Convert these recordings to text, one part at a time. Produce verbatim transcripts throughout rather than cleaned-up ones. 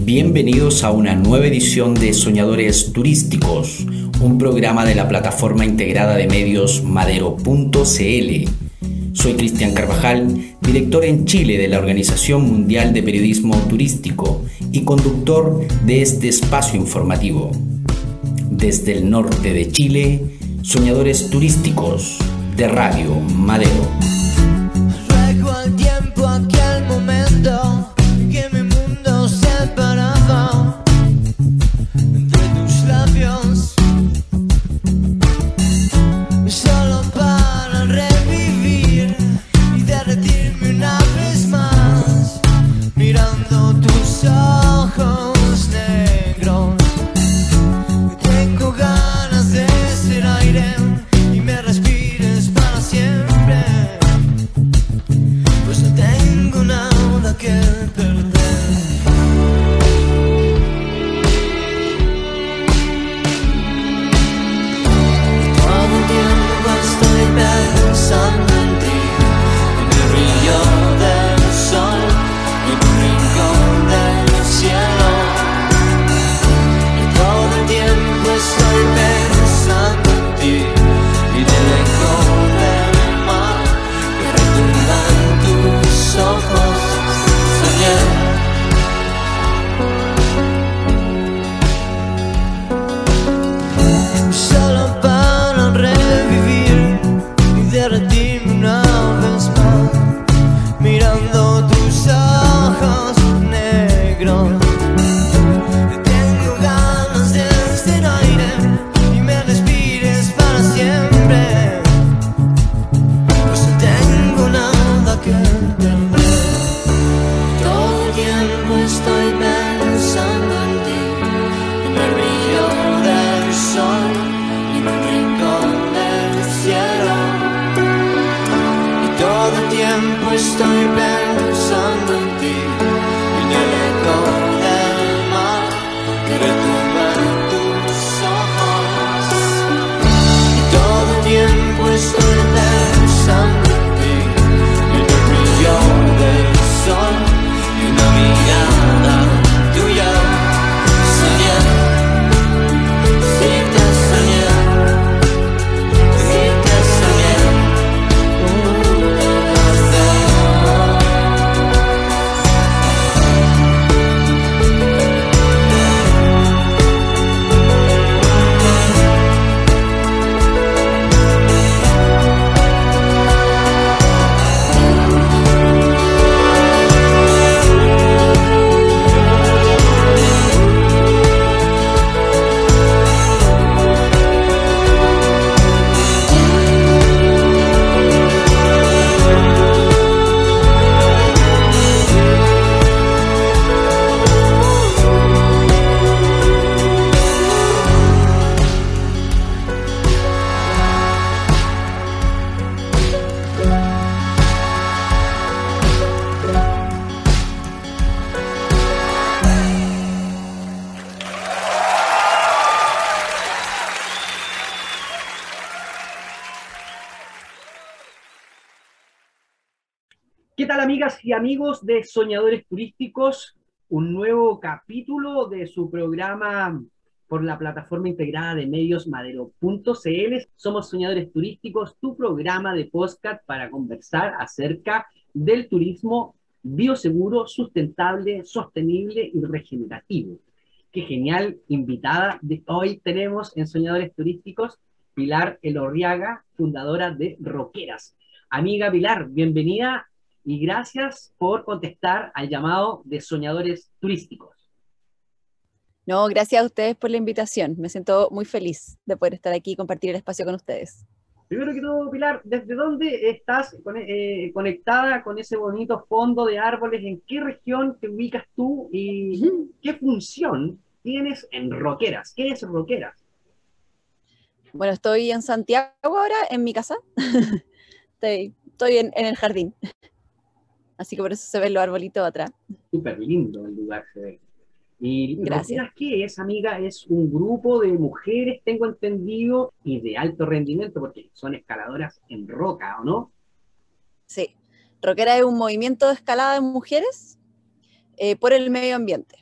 Bienvenidos a una nueva edición de Soñadores Turísticos, un programa de la plataforma integrada de medios madero punto c l. Soy Cristian Carvajal, director en Chile de la Organización Mundial de Periodismo Turístico y conductor de este espacio informativo. Desde el norte de Chile, Soñadores Turísticos de Radio Madero. Ruego al tiempo aquel momento que mi mundo se paraba entre tus labios, solo para revivir y derretirme una vez más, mirando tus ojos negros. Tengo ganas de ser aire y me respires para siempre, pues no tengo nada que perder. Todo el tiempo estoy pensando en ti, en el brillo del sol, en un rincón del cielo. Y todo el tiempo estoy pensando en ti y del eco del mar que retumba en tus ojos. Soñé. Solo para revivir y derretirme una vez más, mirando tus ojos negros. Tengo ganas de ser aire y me respires para siempre, pues no tengo nada que perder. Todo el tiempo estoy pensando en ti, en el brillo del sol y en un rincón del cielo. Y todo el tiempo estoy pensando en ti, en el eco del mar que retumba en tus ojos. Y todo el tiempo estoy pensando en ti, en el brillo del sol y una mirada tuya. Soñé, sí te soñé, sí te soñé. ¿Qué tal, amigas y amigos de Soñadores Turísticos? Un nuevo capítulo de su programa por la plataforma integrada de medios madero punto c l. Somos Soñadores Turísticos, tu programa de podcast para conversar acerca del turismo bioseguro, sustentable, sostenible y regenerativo. Qué genial invitada de hoy tenemos en Soñadores Turísticos, Pilar Elorriaga, fundadora de Roqueras. Amiga Pilar, bienvenida y gracias por contestar al llamado de Soñadores Turísticos. No, gracias a ustedes por la invitación. Me siento muy feliz de poder estar aquí y compartir el espacio con ustedes. Primero que todo, Pilar, ¿desde dónde estás eh, conectada con ese bonito fondo de árboles? ¿En qué región te ubicas tú? ¿Y uh-huh. qué función tienes en Roqueras? ¿Qué es Roqueras? Bueno, estoy en Santiago ahora, en mi casa. estoy estoy en, en el jardín. Así que por eso se ven los arbolitos atrás. Súper lindo el lugar, se ve. Y Gracias. Roqueras, ¿qué es, amiga? Es un grupo de mujeres, tengo entendido, y de alto rendimiento, porque son escaladoras en roca, ¿o no? Sí. Roqueras es un movimiento de escalada de mujeres eh, por el medio ambiente.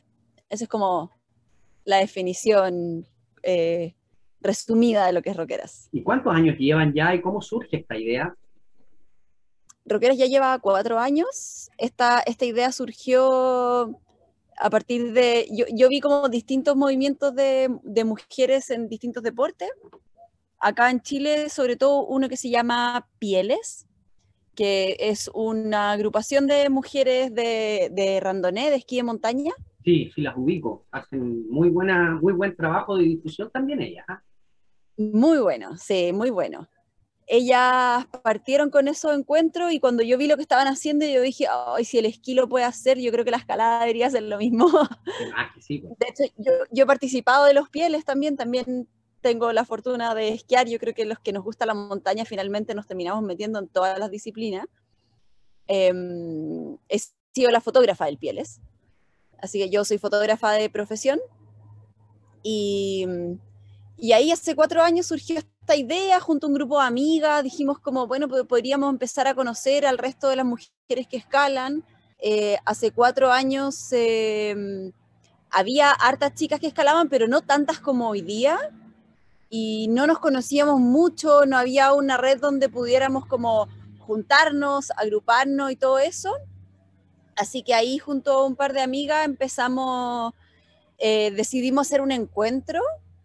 Esa es como la definición eh, resumida de lo que es Roqueras. ¿Y cuántos años llevan ya y cómo surge esta idea? Roqueras ya lleva cuatro años. Esta, esta idea surgió a partir de... Yo, yo vi como distintos movimientos de, de mujeres en distintos deportes. Acá en Chile, sobre todo uno que se llama Pieles, que es una agrupación de mujeres de, de randonné, de esquí de montaña. Sí, sí las ubico. Hacen muy buena, muy buen trabajo de difusión también ellas. ¿Ah? Muy bueno, sí, muy bueno. Ellas partieron con esos encuentros y cuando yo vi lo que estaban haciendo, yo dije, ay, si el esquí lo puede hacer, yo creo que la escalada debería hacer lo mismo. De más que sí, pues. De hecho, yo, yo he participado de los Pieles también, también tengo la fortuna de esquiar. Yo creo que los que nos gusta la montaña finalmente nos terminamos metiendo en todas las disciplinas. Eh, he sido la fotógrafa del Pieles, así que yo soy fotógrafa de profesión y, y ahí hace cuatro años surgió esta idea junto a un grupo de amigas. Dijimos como, bueno, pues podríamos empezar a conocer al resto de las mujeres que escalan. Eh, hace cuatro años eh, había hartas chicas que escalaban, pero no tantas como hoy día, y no nos conocíamos mucho, no había una red donde pudiéramos como juntarnos, agruparnos y todo eso. Así que ahí junto a un par de amigas empezamos, eh, decidimos hacer un encuentro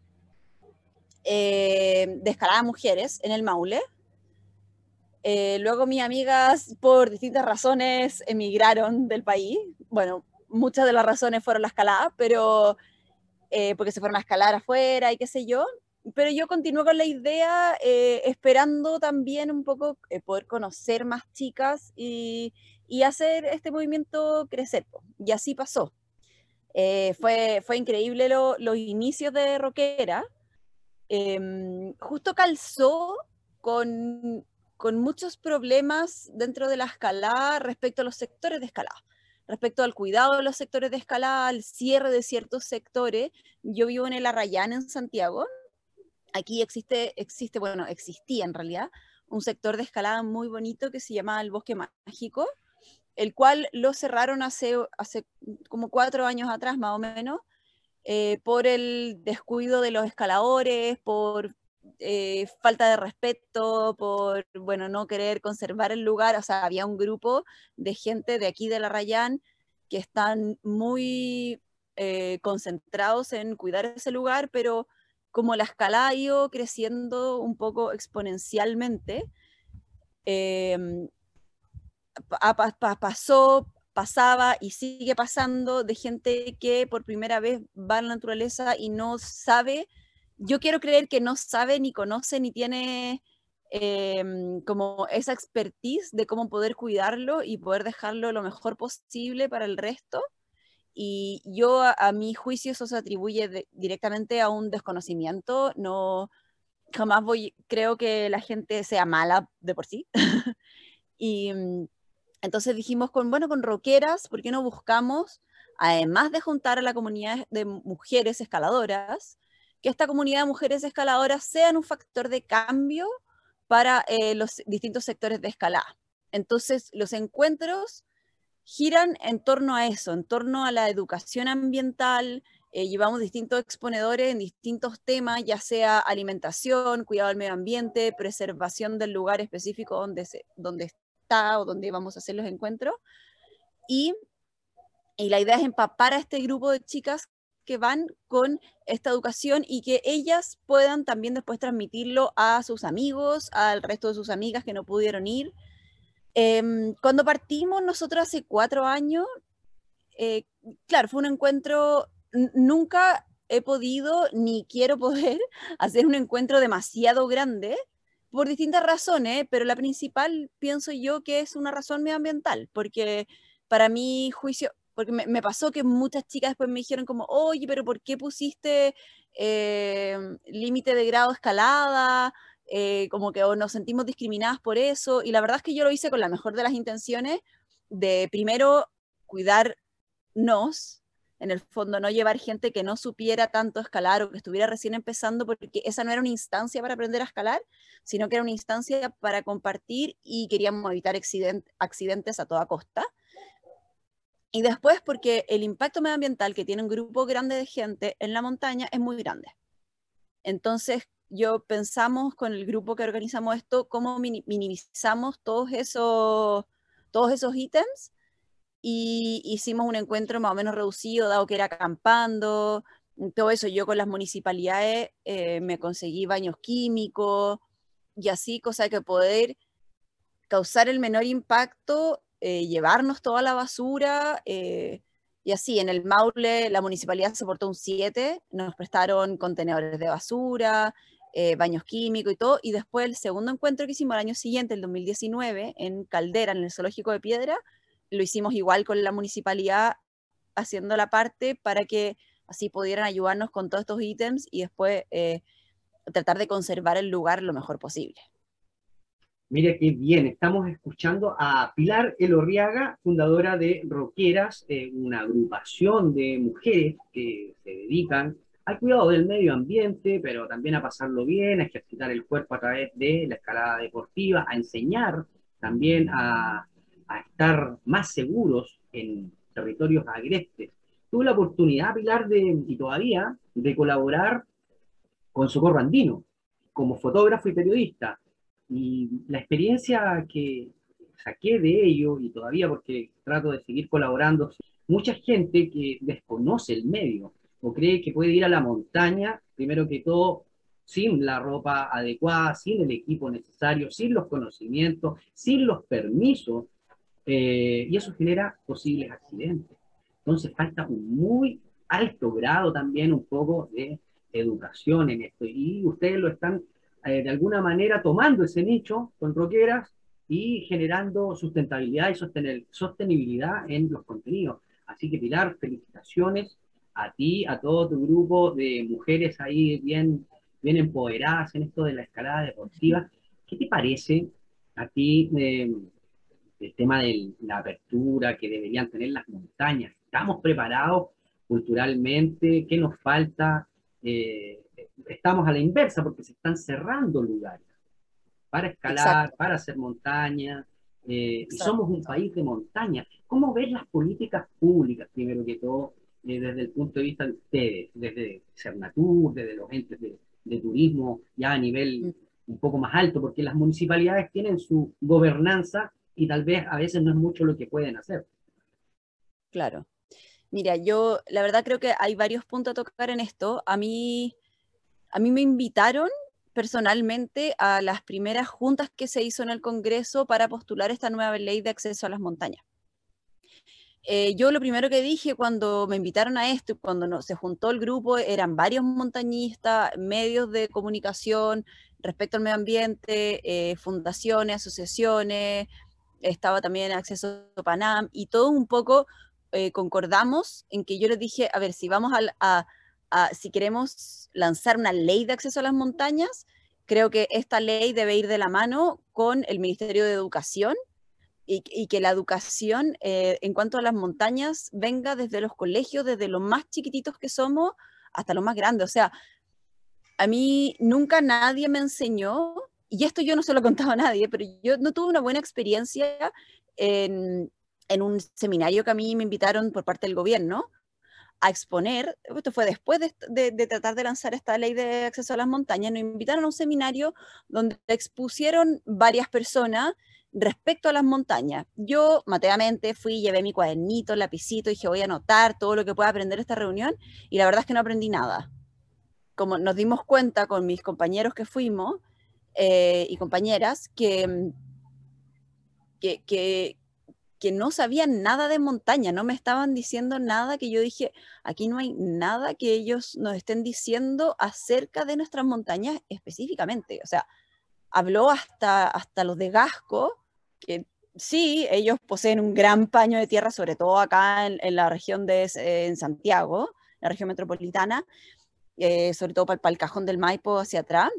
eh, de escalada mujeres en el Maule. Eh, luego mis amigas, por distintas razones, emigraron del país. Bueno, muchas de las razones fueron la escalada, pero eh, porque se fueron a escalar afuera y qué sé yo. Pero yo continué con la idea, eh, esperando también un poco eh, poder conocer más chicas y, y hacer este movimiento crecer. Y así pasó. Eh, fue, fue increíble lo, los inicios de Roquera. Eh, justo calzó con, con muchos problemas dentro de la escalada respecto a los sectores de escalada, respecto al cuidado de los sectores de escalada, al cierre de ciertos sectores. Yo vivo en el Arrayán, en Santiago. Aquí existe, existe, bueno, existía en realidad un sector de escalada muy bonito que se llama el Bosque Mágico, el cual lo cerraron hace, hace como cuatro años atrás más o menos, eh, por el descuido de los escaladores, por eh, falta de respeto, por, bueno, no querer conservar el lugar. O sea, había un grupo de gente de aquí de la Arrayán que están muy eh, concentrados en cuidar ese lugar, pero como la escalada ha ido creciendo un poco exponencialmente, eh, pa, pa, pa, pasó, pasaba y sigue pasando de gente que por primera vez va a la naturaleza y no sabe. Yo quiero creer que no sabe, ni conoce, ni tiene eh, como esa expertise de cómo poder cuidarlo y poder dejarlo lo mejor posible para el resto. Y yo, a, a mi juicio, eso se atribuye de, directamente a un desconocimiento. No, jamás voy, creo que la gente sea mala de por sí. Y entonces dijimos, con, bueno, con Roqueras, ¿por qué no buscamos, además de juntar a la comunidad de mujeres escaladoras, que esta comunidad de mujeres escaladoras sean un factor de cambio para eh, los distintos sectores de escalada? Entonces, los encuentros giran en torno a eso, en torno a la educación ambiental. Eh, llevamos distintos exponedores en distintos temas, ya sea alimentación, cuidado del medio ambiente, preservación del lugar específico donde, se, donde está o donde vamos a hacer los encuentros. Y, y la idea es empapar a este grupo de chicas que van con esta educación y que ellas puedan también después transmitirlo a sus amigos, al resto de sus amigas que no pudieron ir. Eh, cuando partimos nosotros hace cuatro años, eh, claro, fue un encuentro, nunca he podido ni quiero poder hacer un encuentro demasiado grande por distintas razones, pero la principal pienso yo que es una razón medioambiental, porque para mi juicio, porque me, me pasó que muchas chicas después me dijeron como, oye, pero ¿por qué pusiste eh, límite de grado escalada? Eh, como que o nos sentimos discriminadas por eso, y la verdad es que yo lo hice con la mejor de las intenciones, de primero cuidarnos, en el fondo no llevar gente que no supiera tanto escalar o que estuviera recién empezando, porque esa no era una instancia para aprender a escalar, sino que era una instancia para compartir y queríamos evitar accident accidentes a toda costa. Y después porque el impacto medioambiental que tiene un grupo grande de gente en la montaña es muy grande. Entonces, yo pensamos con el grupo que organizamos esto, cómo minimizamos todos esos, todos esos ítems, y hicimos un encuentro más o menos reducido, dado que era acampando, todo eso. Yo con las municipalidades eh, me conseguí baños químicos, y así, cosa que poder causar el menor impacto, eh, llevarnos toda la basura, eh, y así. En el Maule la municipalidad se portó un siete, nos prestaron contenedores de basura, eh, baños químicos y todo, y después el segundo encuentro que hicimos al año siguiente, el dos mil diecinueve, en Caldera, en el Zoológico de Piedra, lo hicimos igual con la municipalidad, haciendo la parte para que así pudieran ayudarnos con todos estos ítems, y después eh, tratar de conservar el lugar lo mejor posible. Mira qué bien, estamos escuchando a Pilar Elorriaga, fundadora de Roqueras, eh, una agrupación de mujeres que se dedican al cuidado del medio ambiente, pero también a pasarlo bien, a ejercitar el cuerpo a través de la escalada deportiva, a enseñar también a, a estar más seguros en territorios agrestes. Tuve la oportunidad, Pilar, de, y todavía, de colaborar con Socorro Andino como fotógrafo y periodista. Y la experiencia que saqué de ello, y todavía porque trato de seguir colaborando, mucha gente que desconoce el medio o cree que puede ir a la montaña, primero que todo, sin la ropa adecuada, sin el equipo necesario, sin los conocimientos, sin los permisos, eh, y eso genera posibles accidentes. Entonces falta un muy alto grado también un poco de educación en esto, y ustedes lo están eh, de alguna manera tomando ese nicho con Roqueras y generando sustentabilidad y sostenibilidad en los contenidos. Así que Pilar, felicitaciones a ti, a todo tu grupo de mujeres ahí bien, bien empoderadas en esto de la escalada deportiva. ¿Qué te parece a ti eh, el tema de la apertura que deberían tener las montañas? ¿Estamos preparados culturalmente? ¿Qué nos falta? Eh, estamos a la inversa porque se están cerrando lugares para escalar, Exacto, para hacer montaña, eh, y somos un exacto. país de montaña. ¿Cómo ven las políticas públicas, primero que todo, eh, desde el punto de vista de ustedes, desde Cernatur, desde los entes de, de turismo, ya a nivel Mm, un poco más alto, porque las municipalidades tienen su gobernanza y tal vez a veces no es mucho lo que pueden hacer? claro. Mira, yo la verdad creo que hay varios puntos a tocar en esto. A mí, a mí me invitaron personalmente a las primeras juntas que se hizo en el Congreso para postular esta nueva ley de acceso a las montañas. Eh, yo lo primero que dije cuando me invitaron a esto, cuando no, se juntó el grupo, eran varios montañistas, medios de comunicación respecto al medio ambiente, eh, fundaciones, asociaciones, estaba también Acceso Panam, y todos un poco eh, concordamos en que yo les dije, a ver, si vamos a, a, a, si queremos lanzar una ley de acceso a las montañas, creo que esta ley debe ir de la mano con el Ministerio de Educación, y, y que la educación eh, en cuanto a las montañas venga desde los colegios, desde los más chiquititos que somos hasta los más grandes. O sea, a mí nunca nadie me enseñó, y esto yo no se lo contaba a nadie, pero yo no tuve una buena experiencia en, en un seminario que a mí me invitaron por parte del gobierno a exponer. Esto fue después de, de, de tratar de lanzar esta ley de acceso a las montañas. Nos invitaron a un seminario donde expusieron varias personas respecto a las montañas. Yo, mateamente, fui, llevé mi cuadernito, lapicito, y dije, voy a anotar todo lo que pueda aprender esta reunión, y la verdad es que no aprendí nada. Como nos dimos cuenta con mis compañeros que fuimos, eh, y compañeras, que, que, que, que no sabían nada de montaña, no me estaban diciendo nada, que yo dije, aquí no hay nada que ellos nos estén diciendo acerca de nuestras montañas específicamente. O sea, habló hasta, hasta los de Gasco, que sí, ellos poseen un gran paño de tierra, sobre todo acá en, en la región de eh, en Santiago, la región metropolitana, eh, sobre todo para, para el Cajón del Maipo hacia atrás,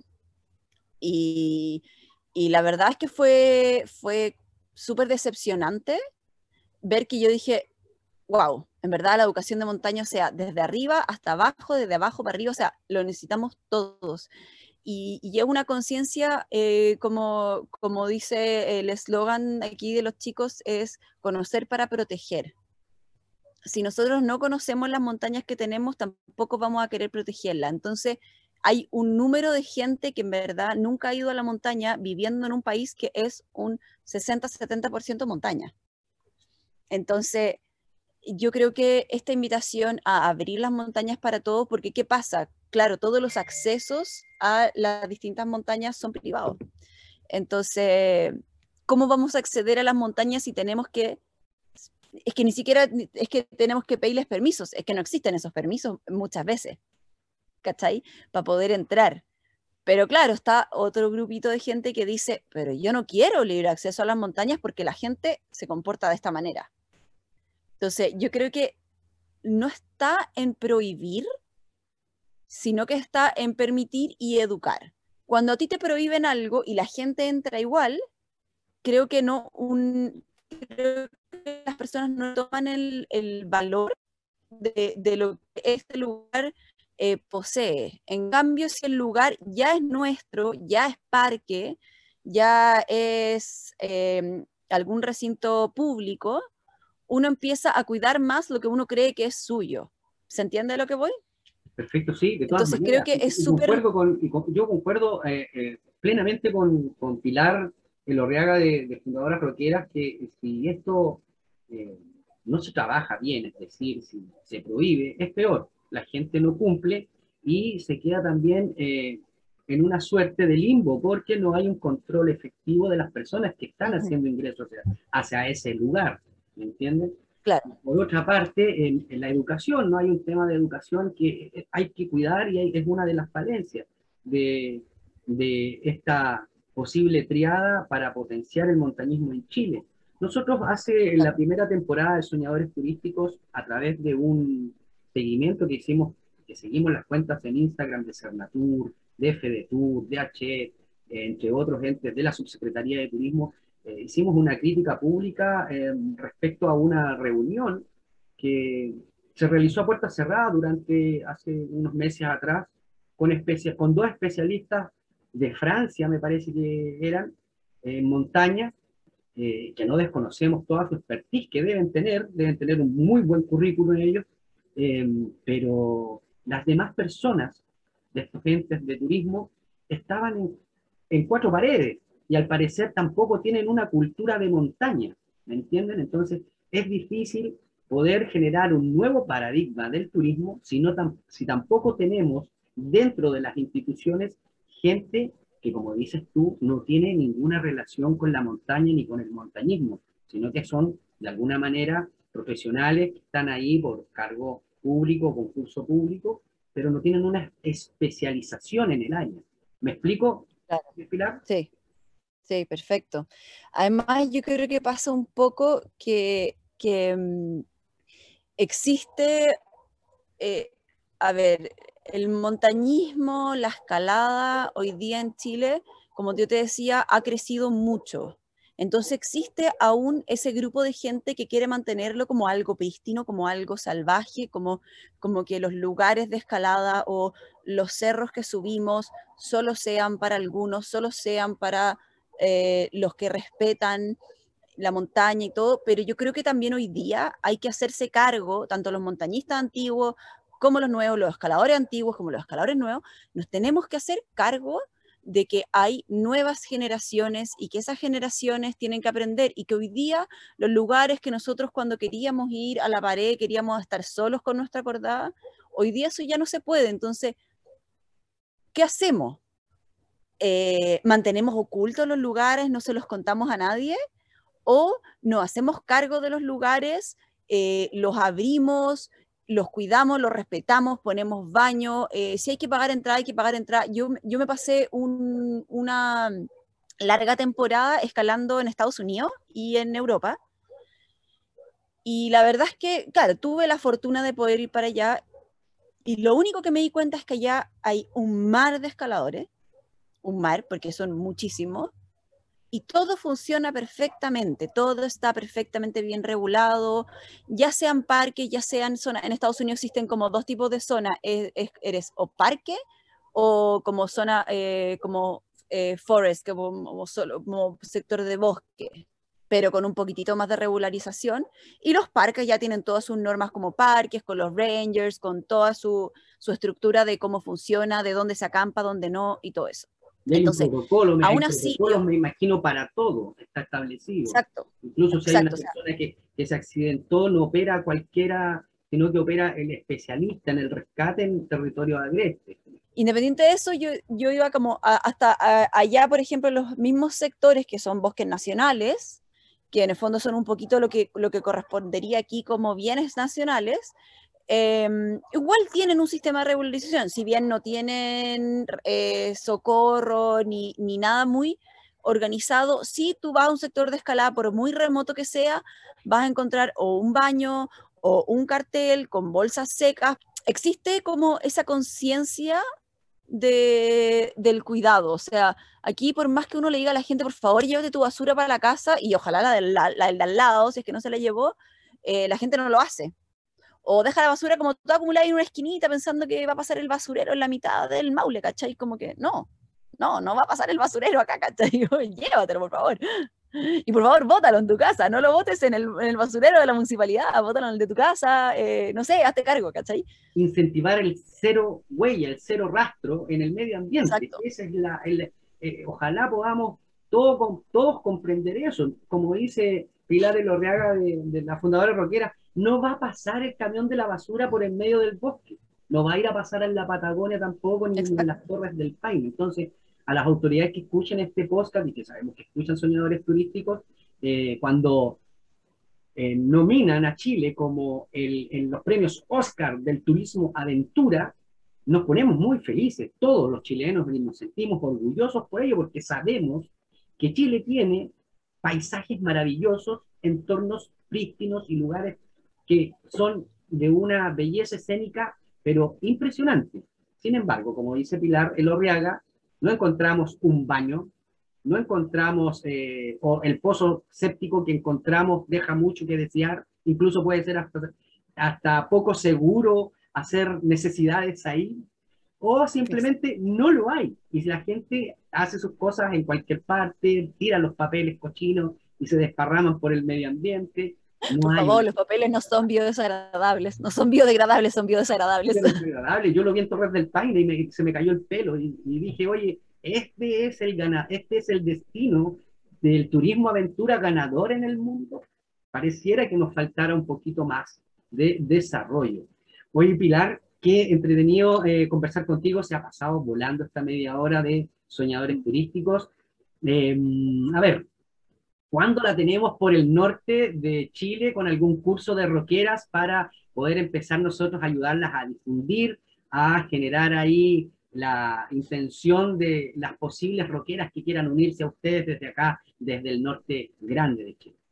y, y la verdad es que fue, fue súper decepcionante ver que yo dije, wow, en verdad la educación de montaña, o sea, desde arriba hasta abajo, desde abajo para arriba, o sea, lo necesitamos todos. Y, y es una conciencia, eh, como, como dice el eslogan aquí de los chicos, es conocer para proteger. si nosotros no conocemos las montañas que tenemos, tampoco vamos a querer protegerlas. Entonces, hay un número de gente que en verdad nunca ha ido a la montaña viviendo en un país que es un sesenta a setenta por ciento montaña. Entonces, yo creo que esta invitación a abrir las montañas para todos, porque ¿qué pasa? Claro, todos los accesos a las distintas montañas son privados. Entonces, ¿cómo vamos a acceder a las montañas si tenemos que, es que ni siquiera, es que tenemos que pedirles permisos, es que no existen esos permisos muchas veces, ¿cachai? Para poder entrar. Pero claro, está otro grupito de gente que dice, pero yo no quiero libre acceso a las montañas porque la gente se comporta de esta manera. Entonces, yo creo que no está en prohibir, sino que está en permitir y educar. Cuando a ti te prohíben algo y la gente entra igual, creo que no un, creo que las personas no toman el, el valor de, de lo que este lugar eh, posee. En cambio, si el lugar ya es nuestro, ya es parque, ya es eh, algún recinto público, uno empieza a cuidar más lo que uno cree que es suyo. ¿Se entiende a lo que voy? Perfecto, sí, de todas Entonces creo maneras. que Y- es y súper... concuerdo con, y con- yo concuerdo eh, eh, plenamente con, con Pilar Elorriaga de, de Fundadoras Roqueras que si esto eh, no se trabaja bien, es decir, si se prohíbe, es peor. La gente no cumple y se queda también eh, en una suerte de limbo porque no hay un control efectivo de las personas que están haciendo ingresos hacia, hacia ese lugar. ¿Me entienden? Claro, Por otra parte, en, en la educación, no hay un tema de educación que hay que cuidar y hay- es una de las falencias de, de esta posible triada para potenciar el montañismo en Chile. Nosotros hace en la claro. primera temporada de Soñadores Turísticos, a través de un seguimiento que hicimos, que seguimos las cuentas en Instagram de Cernatur, de FEDETUR, D H E, entre otros entes de la Subsecretaría de Turismo, eh, hicimos una crítica pública eh, respecto a una reunión que se realizó a puerta cerrada durante hace unos meses atrás con, especia, con dos especialistas de Francia, me parece que eran, en montaña, eh, que no desconocemos toda su expertise que deben tener, deben tener un muy buen currículum ellos, eh, pero las demás personas de estos entes de turismo estaban en, en cuatro paredes y al parecer tampoco tienen una cultura de montaña, ¿me entienden? Entonces es difícil poder generar un nuevo paradigma del turismo si, no tam si tampoco tenemos dentro de las instituciones gente que, como dices tú, no tiene ninguna relación con la montaña ni con el montañismo, sino que son, de alguna manera, profesionales que están ahí por cargo público, concurso público, pero no tienen una especialización en el área. ¿Me explico, Claro, Pilar? sí, sí, perfecto. Además, yo creo que pasa un poco que, que mm, existe, eh, a ver, el montañismo, la escalada, hoy día en Chile, como yo te decía, ha crecido mucho. Entonces existe aún ese grupo de gente que quiere mantenerlo como algo prístino, como algo salvaje, como, como que los lugares de escalada o los cerros que subimos solo sean para algunos, solo sean para eh, los que respetan la montaña y todo, pero yo creo que también hoy día hay que hacerse cargo, tanto los montañistas antiguos como los nuevos, los escaladores antiguos como los escaladores nuevos, nos tenemos que hacer cargo de que hay nuevas generaciones y que esas generaciones tienen que aprender y que hoy día los lugares que nosotros cuando queríamos ir a la pared, queríamos estar solos con nuestra cordada, hoy día eso ya no se puede. Entonces, ¿qué hacemos? Eh, ¿Mantenemos ocultos los lugares, no se los contamos a nadie? ¿O nos hacemos cargo de los lugares, eh, los abrimos, los cuidamos, los respetamos, ponemos baño? Eh, si hay que pagar entrada, hay que pagar entrada. Yo, yo me pasé un, una larga temporada escalando en Estados Unidos y en Europa. Y la verdad es que, claro, tuve la fortuna de poder ir para allá y lo único que me di cuenta es que allá hay un mar de escaladores, un mar, porque son muchísimos, y todo funciona perfectamente, todo está perfectamente bien regulado, ya sean parques, ya sean zonas. En Estados Unidos existen como dos tipos de zonas, es, es, eres o parque o como zona, eh, como eh, forest, como, como, solo, como sector de bosque. pero con un poquitito más de regularización, y los parques ya tienen todas sus normas como parques, con los rangers, con toda su, su estructura de cómo funciona, de dónde se acampa, dónde no, y todo eso. Y hay un Entonces, protocolo, me- hay aún así, yo, protocolos, me imagino, para todo, está establecido. exacto, Incluso si hay una exacto, o sea, persona que, que se accidentó, no opera cualquiera, sino que opera el especialista en el rescate en territorio agreste. independiente de eso, yo, yo iba como a- hasta a- allá, por ejemplo, los mismos sectores que son bosques nacionales, que en el fondo son un poquito lo que, lo que correspondería aquí como bienes nacionales, eh, igual tienen un sistema de regularización, si bien no tienen eh, socorro ni, ni nada muy organizado, si tú vas a un sector de escalada, por muy remoto que sea, vas a encontrar o un baño o un cartel con bolsas secas. Existe como esa conciencia de, del cuidado. O sea, aquí por más que uno le diga a la gente, por favor, llévate tu basura para la casa, y ojalá la del, la, la del de al lado, si es que no se la llevó, eh, la gente no lo hace. O deja la basura como toda acumulada en una esquinita pensando que va a pasar el basurero en la mitad del Maule, ¿cachai? Como que no, no, no va a pasar el basurero acá, ¿cachai? Llévatelo, por favor. Y por favor, bótalo en tu casa, no lo botes en el, en el basurero de la municipalidad, bótalo en el de tu casa, eh, no sé, hazte cargo, ¿cachai? Incentivar el cero huella, el cero rastro en el medio ambiente. Exacto. Esa es la, el, eh, ojalá podamos todo, con- todos comprender eso. Como dice Pilar Elorriaga, de, de la fundadora rockera, no va a pasar el camión de la basura por el medio del bosque. No va a ir a pasar en la Patagonia tampoco, ni en Exacto. las Torres del Paine. Entonces, a las autoridades que escuchen este podcast y que sabemos que escuchan soñadores turísticos, eh, cuando eh, nominan a Chile como el, en los premios Oscar del turismo aventura, nos ponemos muy felices, todos los chilenos, y nos sentimos orgullosos por ello, porque sabemos que Chile tiene paisajes maravillosos, entornos prístinos y lugares que son de una belleza escénica, pero impresionante. Sin embargo, como dice Pilar Elorriaga, no encontramos un baño, no encontramos, eh, o el pozo séptico que encontramos deja mucho que desear, incluso puede ser hasta, hasta poco seguro hacer necesidades ahí, o simplemente no lo hay. Y si la gente hace sus cosas en cualquier parte, tira los papeles cochinos y se desparraman por el medio ambiente, no Por hay favor, una los papeles no son biodegradables, no son biodegradables, son biodesagradables. agradable. Yo lo vi en Torres del Paine y me, se me cayó el pelo y, y dije, oye, este es el gana, este es el destino del turismo aventura ganador en el mundo. Pareciera que nos faltara un poquito más de desarrollo. Oye, Pilar, qué entretenido eh, conversar contigo. Se ha pasado volando esta media hora de soñadores turísticos. Eh, a ver, ¿cuándo la tenemos por el norte de Chile con algún curso de rockeras para poder empezar nosotros a ayudarlas a difundir, a generar ahí la intención de las posibles rockeras que quieran unirse a ustedes desde acá, desde el norte grande de Chile?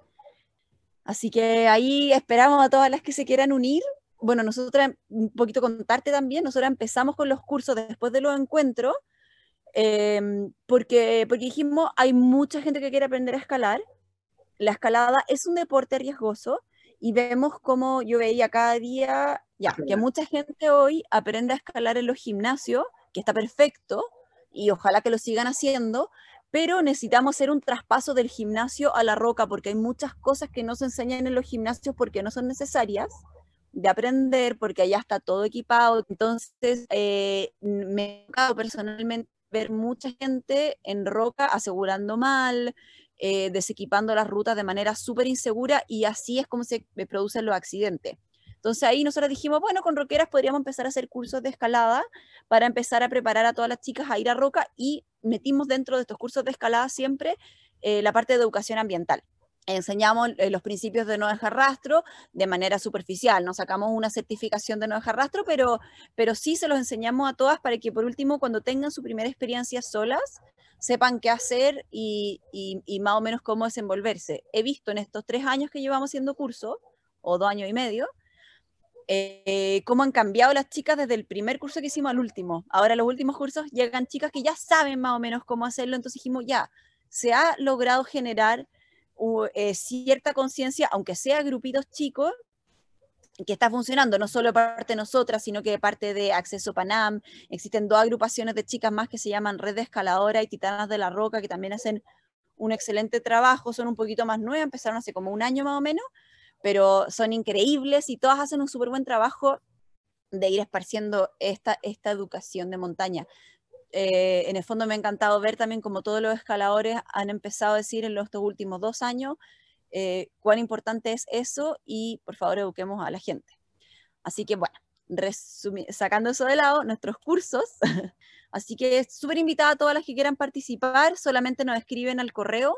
Así que ahí esperamos a todas las que se quieran unir. Bueno, nosotros, un poquito contarte también, nosotros empezamos con los cursos después de los encuentros, eh, porque, porque dijimos, hay mucha gente que quiere aprender a escalar. La escalada es un deporte riesgoso y vemos como yo veía cada día, ya, que mucha gente hoy aprende a escalar en los gimnasios, que está perfecto, y ojalá que lo sigan haciendo, pero necesitamos hacer un traspaso del gimnasio a la roca, porque hay muchas cosas que no se enseñan en los gimnasios porque no son necesarias de aprender, porque allá está todo equipado. Entonces, eh, me ha tocado personalmente ver mucha gente en roca asegurando mal, eh, desequipando las rutas de manera súper insegura, y así es como se producen los accidentes. Entonces ahí nosotros dijimos, bueno, con roqueras podríamos empezar a hacer cursos de escalada para empezar a preparar a todas las chicas a ir a roca, y metimos dentro de estos cursos de escalada siempre eh, la parte de educación ambiental. Enseñamos eh, los principios de no dejar rastro de manera superficial, no sacamos una certificación de no dejar rastro, pero, pero sí se los enseñamos a todas para que por último cuando tengan su primera experiencia solas, sepan qué hacer y, y, y más o menos cómo desenvolverse. He visto en estos tres años que llevamos haciendo curso, o dos años y medio, eh, cómo han cambiado las chicas desde el primer curso que hicimos al último. Ahora los últimos cursos llegan chicas que ya saben más o menos cómo hacerlo, entonces dijimos, ya, se ha logrado generar uh, eh, cierta conciencia, aunque sea grupitos chicos, que está funcionando, no solo de parte de nosotras, sino que de parte de Acceso Panam. Existen dos agrupaciones de chicas más que se llaman Red de Escaladora y Titanas de la Roca, que también hacen un excelente trabajo, son un poquito más nuevas, empezaron hace como un año más o menos, pero son increíbles y todas hacen un súper buen trabajo de ir esparciendo esta, esta educación de montaña. Eh, en el fondo me ha encantado ver también como todos los escaladores han empezado a decir en los estos últimos dos años eh, cuán importante es eso y por favor eduquemos a la gente. Así que bueno, sacando eso de lado, nuestros cursos, así que súper invitada a todas las que quieran participar, solamente nos escriben al correo.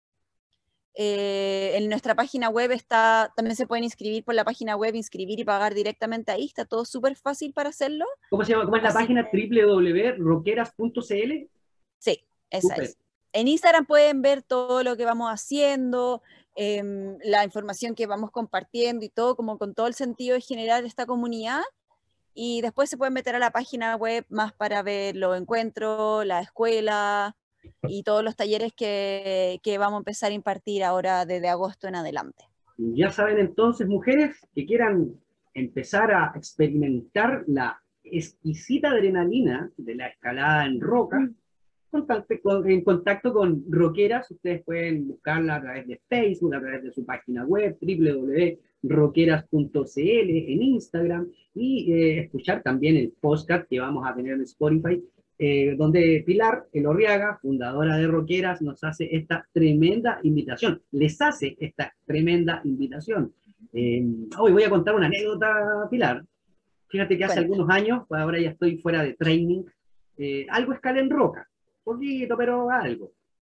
Eh, en nuestra página web está, también se pueden inscribir por la página web, inscribir y pagar directamente ahí, está todo súper fácil para hacerlo. ¿Cómo se llama? ¿Cómo es la Así página? que, doble u doble u doble u punto roqueras punto c l. sí, esa Súper. es. En Instagram pueden ver todo lo que vamos haciendo, eh, la información que vamos compartiendo y todo, como con todo el sentido de generar esta comunidad. Y después se pueden meter a la página web más para ver los encuentros, la escuela y todos los talleres que, que vamos a empezar a impartir ahora desde agosto en adelante. Ya saben entonces, mujeres que quieran empezar a experimentar la exquisita adrenalina de la escalada en roca, en contacto con Roqueras, ustedes pueden buscarla a través de Facebook, a través de su página web, doble u doble u doble u punto roqueras punto c l, en Instagram, y eh, escuchar también el podcast que vamos a tener en Spotify, eh, donde Pilar Elorriaga, fundadora de Roqueras, nos hace esta tremenda invitación, les hace esta tremenda invitación. Eh, hoy voy a contar una anécdota, Pilar. Fíjate que hace Cuenta. algunos años, pues ahora ya estoy fuera de training, eh, algo escalé en roca, poquito, pero algo.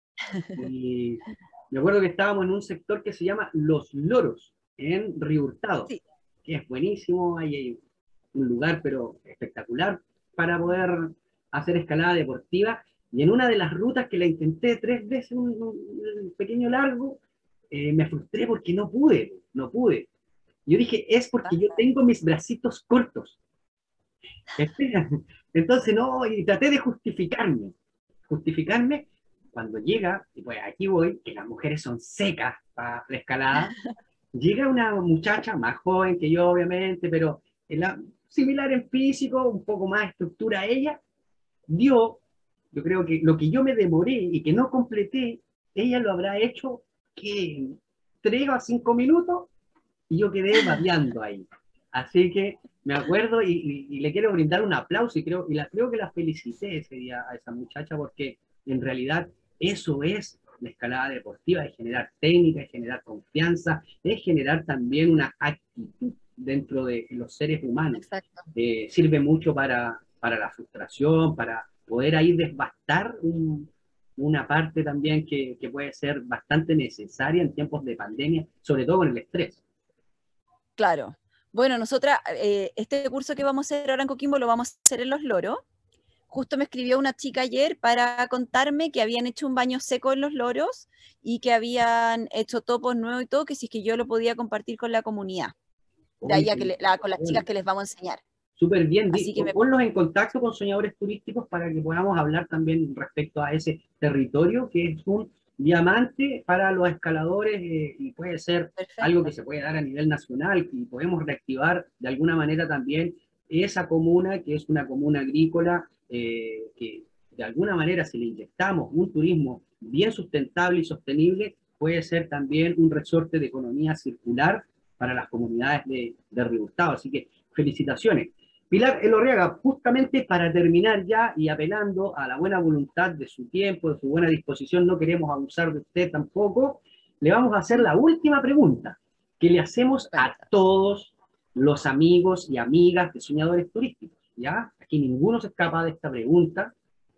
Y me acuerdo que estábamos en un sector que se llama Los Loros, en Río Hurtado, Sí. que es buenísimo, ahí hay un lugar pero espectacular para poder hacer escalada deportiva, y en una de las rutas que la intenté tres veces, un, un pequeño largo, eh, me frustré porque no pude, no pude. Yo dije, es porque yo tengo mis bracitos cortos. Espera. Entonces, no, y traté de justificarme. Justificarme cuando llega, y pues aquí voy, que las mujeres son secas para la escalada. Llega una muchacha más joven que yo, obviamente, pero en la, similar en físico, un poco más estructura a ella. Dio, yo creo que lo que yo me demoré y que no completé, ella lo habrá hecho que tres a cinco minutos y yo quedé babeando ahí. Así que me acuerdo y, y, y le quiero brindar un aplauso y creo, y la, creo que la felicité ese día a esa muchacha porque en realidad eso es la escalada deportiva, es generar técnica, es generar confianza, es generar también una actitud dentro de los seres humanos. Exacto. Eh, sirve mucho para, para la frustración, para poder ahí desbastar un, una parte también que, que puede ser bastante necesaria en tiempos de pandemia, sobre todo con el estrés. Claro. Bueno, nosotras, eh, este curso que vamos a hacer ahora en Coquimbo lo vamos a hacer en Los Loros. Justo me escribió una chica ayer para contarme que habían hecho un baño seco en Los Loros y que habían hecho topos nuevos y todo, que si es que yo lo podía compartir con la comunidad, de allá que le, la, con las chicas que les vamos a enseñar. Súper bien, Así que me... ponlos en contacto con soñadores turísticos para que podamos hablar también respecto a ese territorio que es un diamante para los escaladores eh, y puede ser Perfecto. Algo que se puede dar a nivel nacional y podemos reactivar de alguna manera también esa comuna que es una comuna agrícola eh, que de alguna manera si le inyectamos un turismo bien sustentable y sostenible puede ser también un resorte de economía circular para las comunidades de, de Río Hurtado. Así que felicitaciones. Pilar Elorriaga, justamente para terminar ya y apelando a la buena voluntad de su tiempo, de su buena disposición, no queremos abusar de usted tampoco, le vamos a hacer la última pregunta que le hacemos a todos los amigos y amigas de Soñadores Turísticos, ¿ya? Aquí ninguno se escapa de esta pregunta,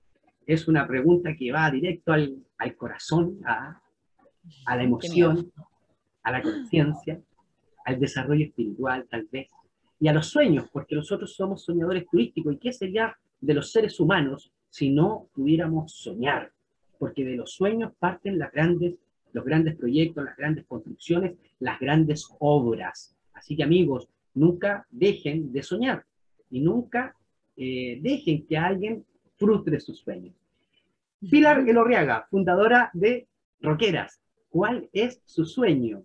es una pregunta que va directo al, al corazón, a, a la emoción, a la conciencia, al desarrollo espiritual tal vez, y a los sueños, porque nosotros somos soñadores turísticos. ¿Y qué sería de los seres humanos si no pudiéramos soñar? Porque de los sueños parten las grandes, los grandes proyectos, las grandes construcciones, las grandes obras. Así que amigos, nunca dejen de soñar y nunca eh, dejen que alguien frustre sus sueños. Pilar Elorriaga, fundadora de Roqueras, ¿cuál es su sueño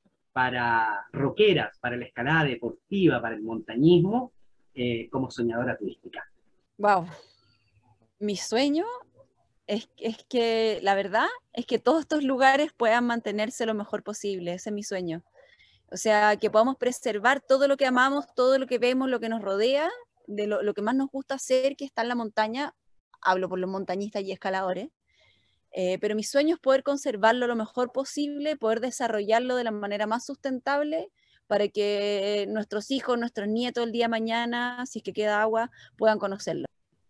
para Roqueras, para la escalada deportiva, para el montañismo, eh, como soñadora turística? Wow. Mi sueño es, es que la verdad es que todos estos lugares puedan mantenerse lo mejor posible, ese es mi sueño. O sea, que podamos preservar todo lo que amamos, todo lo que vemos, lo que nos rodea, de lo, lo que más nos gusta hacer, que está en la montaña. Hablo por los montañistas y escaladores. Eh, pero mi sueño es poder conservarlo lo mejor posible, poder desarrollarlo de la manera más sustentable para que nuestros hijos, nuestros nietos el día de mañana, si es que queda agua, puedan conocerlo.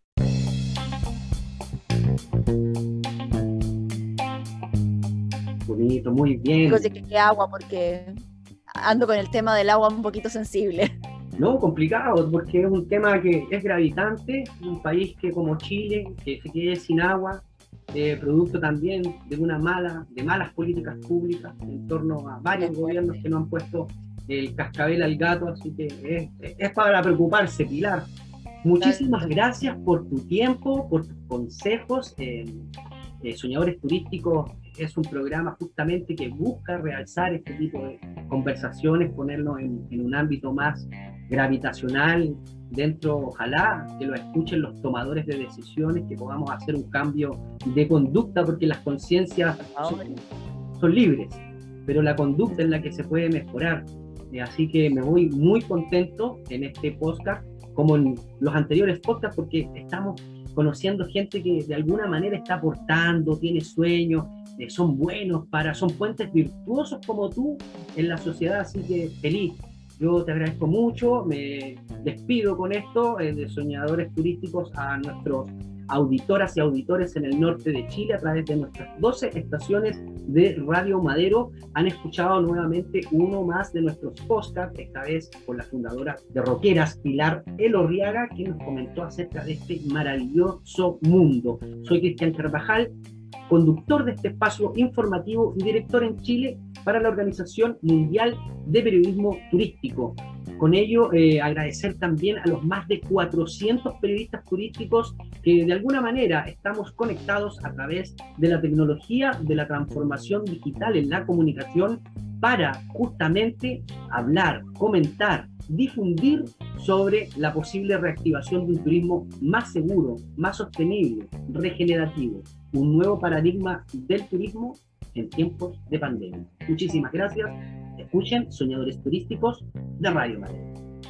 Bonito, muy bien. Digo, si es que queda agua porque ando con el tema del agua un poquito sensible. No, complicado, porque es un tema que es gravitante, un país que como Chile, que se quede sin agua, eh, producto también de una mala, de malas políticas públicas en torno a varios gobiernos que no han puesto el cascabel al gato, así que es, es para preocuparse, Pilar. Muchísimas gracias por tu tiempo, por tus consejos. Eh, eh, Soñadores Turísticos es un programa justamente que busca realzar este tipo de conversaciones, ponernos en, en un ámbito más gravitacional dentro, ojalá que lo escuchen los tomadores de decisiones, que podamos hacer un cambio de conducta, porque las conciencias son, son libres, pero la conducta es la que se puede mejorar. Eh, así que me voy muy contento en este podcast, como en los anteriores podcasts, porque estamos conociendo gente que de alguna manera está aportando, tiene sueños, eh, son buenos, para, son puentes virtuosos como tú en la sociedad, así que feliz. Yo te agradezco mucho, me despido con esto eh, de Soñadores Turísticos a nuestros auditoras y auditores en el norte de Chile a través de nuestras doce estaciones de Radio Madero. Han escuchado nuevamente uno más de nuestros podcasts, esta vez con la fundadora de Roqueras, Pilar Elorriaga, que nos comentó acerca de este maravilloso mundo. Soy Cristian Carvajal, conductor de este espacio informativo y director en Chile para la Organización Mundial de Periodismo Turístico. Con ello, eh, agradecer también a los más de cuatrocientos periodistas turísticos que de alguna manera estamos conectados a través de la tecnología, de la transformación digital en la comunicación, para justamente hablar, comentar, difundir sobre la posible reactivación de un turismo más seguro, más sostenible, regenerativo, un nuevo paradigma del turismo en tiempos de pandemia. Muchísimas gracias. Escuchen Soñadores Turísticos de Radio Madero.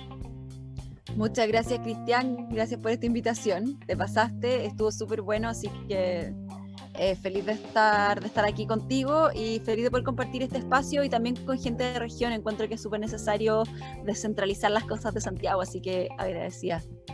Muchas gracias, Cristian. Gracias por esta invitación. Te pasaste, estuvo súper bueno, así que eh, feliz de estar, de estar aquí contigo y feliz de poder compartir este espacio y también con gente de región. Encuentro que es súper necesario descentralizar las cosas de Santiago, así que agradecida.